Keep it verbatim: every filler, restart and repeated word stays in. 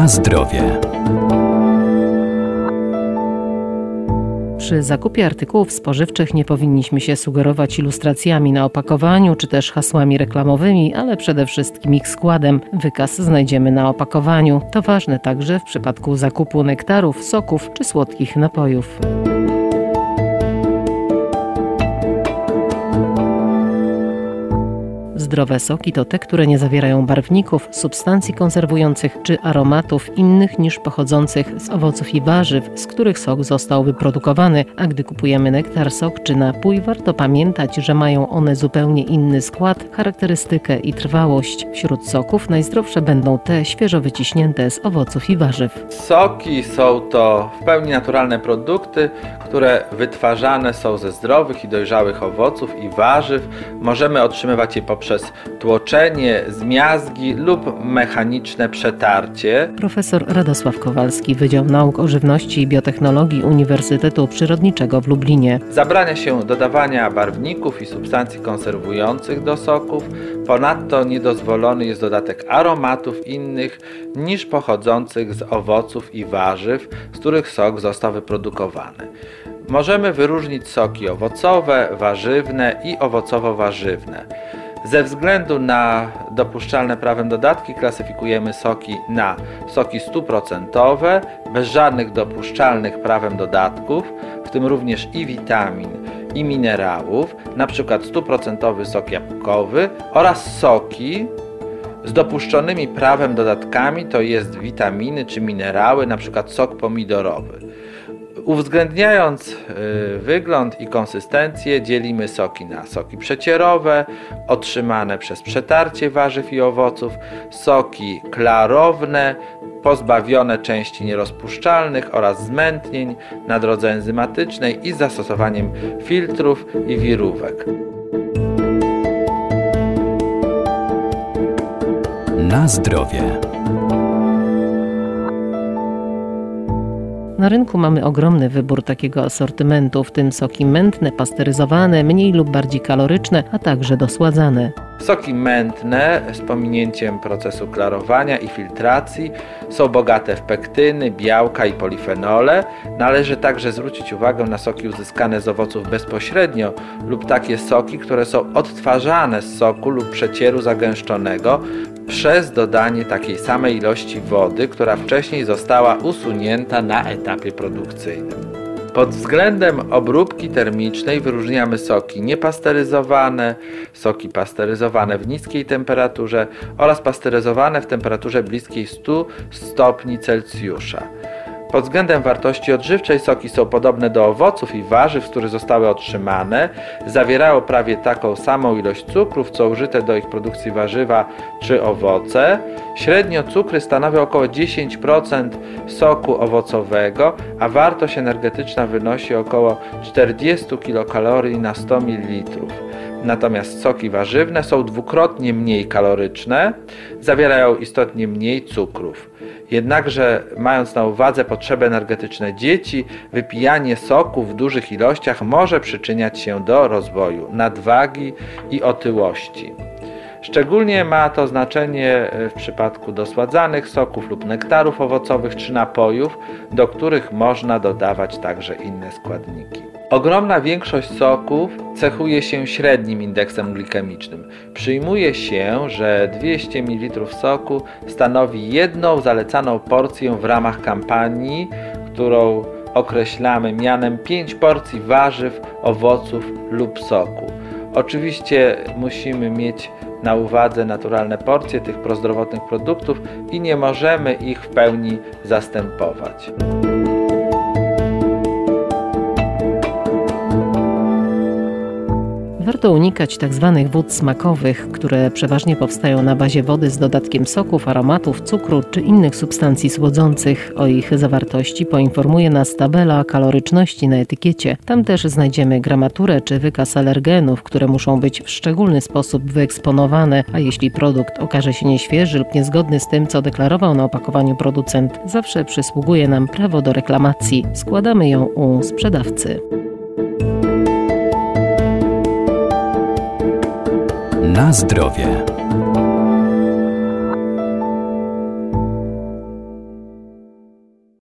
Na zdrowie. Przy zakupie artykułów spożywczych nie powinniśmy się sugerować ilustracjami na opakowaniu czy też hasłami reklamowymi, ale przede wszystkim ich składem. Wykaz znajdziemy na opakowaniu. To ważne także w przypadku zakupu nektarów, soków czy słodkich napojów. Zdrowe soki to te, które nie zawierają barwników, substancji konserwujących czy aromatów innych niż pochodzących z owoców i warzyw, z których sok został wyprodukowany. A gdy kupujemy nektar, sok czy napój, warto pamiętać, że mają one zupełnie inny skład, charakterystykę i trwałość. Wśród soków najzdrowsze będą te świeżo wyciśnięte z owoców i warzyw. Soki są to w pełni naturalne produkty, które wytwarzane są ze zdrowych i dojrzałych owoców i warzyw. Możemy otrzymywać je poprzez tłoczenie, zmiazgi lub mechaniczne przetarcie. Profesor Radosław Kowalski, Wydział Nauk o Żywności i Biotechnologii Uniwersytetu Przyrodniczego w Lublinie. Zabrania się dodawania barwników i substancji konserwujących do soków. Ponadto niedozwolony jest dodatek aromatów innych niż pochodzących z owoców i warzyw, z których sok został wyprodukowany. Możemy wyróżnić soki owocowe, warzywne i owocowo-warzywne. Ze względu na dopuszczalne prawem dodatki klasyfikujemy soki na soki stuprocentowe, bez żadnych dopuszczalnych prawem dodatków, w tym również i witamin, i minerałów, np. stuprocentowy sok jabłkowy, oraz soki z dopuszczonymi prawem dodatkami, to jest witaminy czy minerały, np. sok pomidorowy. Uwzględniając y, wygląd i konsystencję, dzielimy soki na soki przecierowe, otrzymane przez przetarcie warzyw i owoców, soki klarowne, pozbawione części nierozpuszczalnych oraz zmętnień na drodze enzymatycznej i z zastosowaniem filtrów i wirówek. Na zdrowie. Na rynku mamy ogromny wybór takiego asortymentu, w tym soki mętne, pasteryzowane, mniej lub bardziej kaloryczne, a także dosładzane. Soki mętne z pominięciem procesu klarowania i filtracji są bogate w pektyny, białka i polifenole. Należy także zwrócić uwagę na soki uzyskane z owoców bezpośrednio lub takie soki, które są odtwarzane z soku lub przecieru zagęszczonego przez dodanie takiej samej ilości wody, która wcześniej została usunięta na etapie produkcyjnym. Pod względem obróbki termicznej wyróżniamy soki niepasteryzowane, soki pasteryzowane w niskiej temperaturze oraz pasteryzowane w temperaturze bliskiej stu stopni Celsjusza. Pod względem wartości odżywczej soki są podobne do owoców i warzyw, z których zostały otrzymane. Zawierają prawie taką samą ilość cukrów, co użyte do ich produkcji warzywa czy owoce. Średnio cukry stanowią około dziesięć procent soku owocowego, a wartość energetyczna wynosi około czterdzieści kilokalorii na sto mililitrów. Natomiast soki warzywne są dwukrotnie mniej kaloryczne, zawierają istotnie mniej cukrów. Jednakże, mając na uwadze potrzeby energetyczne dzieci, wypijanie soku w dużych ilościach może przyczyniać się do rozwoju nadwagi i otyłości. Szczególnie ma to znaczenie w przypadku dosładzanych soków lub nektarów owocowych czy napojów, do których można dodawać także inne składniki. Ogromna większość soków cechuje się średnim indeksem glikemicznym. Przyjmuje się, że dwieście mililitrów soku stanowi jedną zalecaną porcję w ramach kampanii, którą określamy mianem pięć porcji warzyw, owoców lub soku. Oczywiście musimy mieć na uwadze naturalne porcje tych prozdrowotnych produktów i nie możemy ich w pełni zastępować. Warto unikać tzw. wód smakowych, które przeważnie powstają na bazie wody z dodatkiem soków, aromatów, cukru czy innych substancji słodzących. O ich zawartości poinformuje nas tabela kaloryczności na etykiecie. Tam też znajdziemy gramaturę czy wykaz alergenów, które muszą być w szczególny sposób wyeksponowane, a jeśli produkt okaże się nieświeży lub niezgodny z tym, co deklarował na opakowaniu producent, zawsze przysługuje nam prawo do reklamacji. Składamy ją u sprzedawcy. Na zdrowie.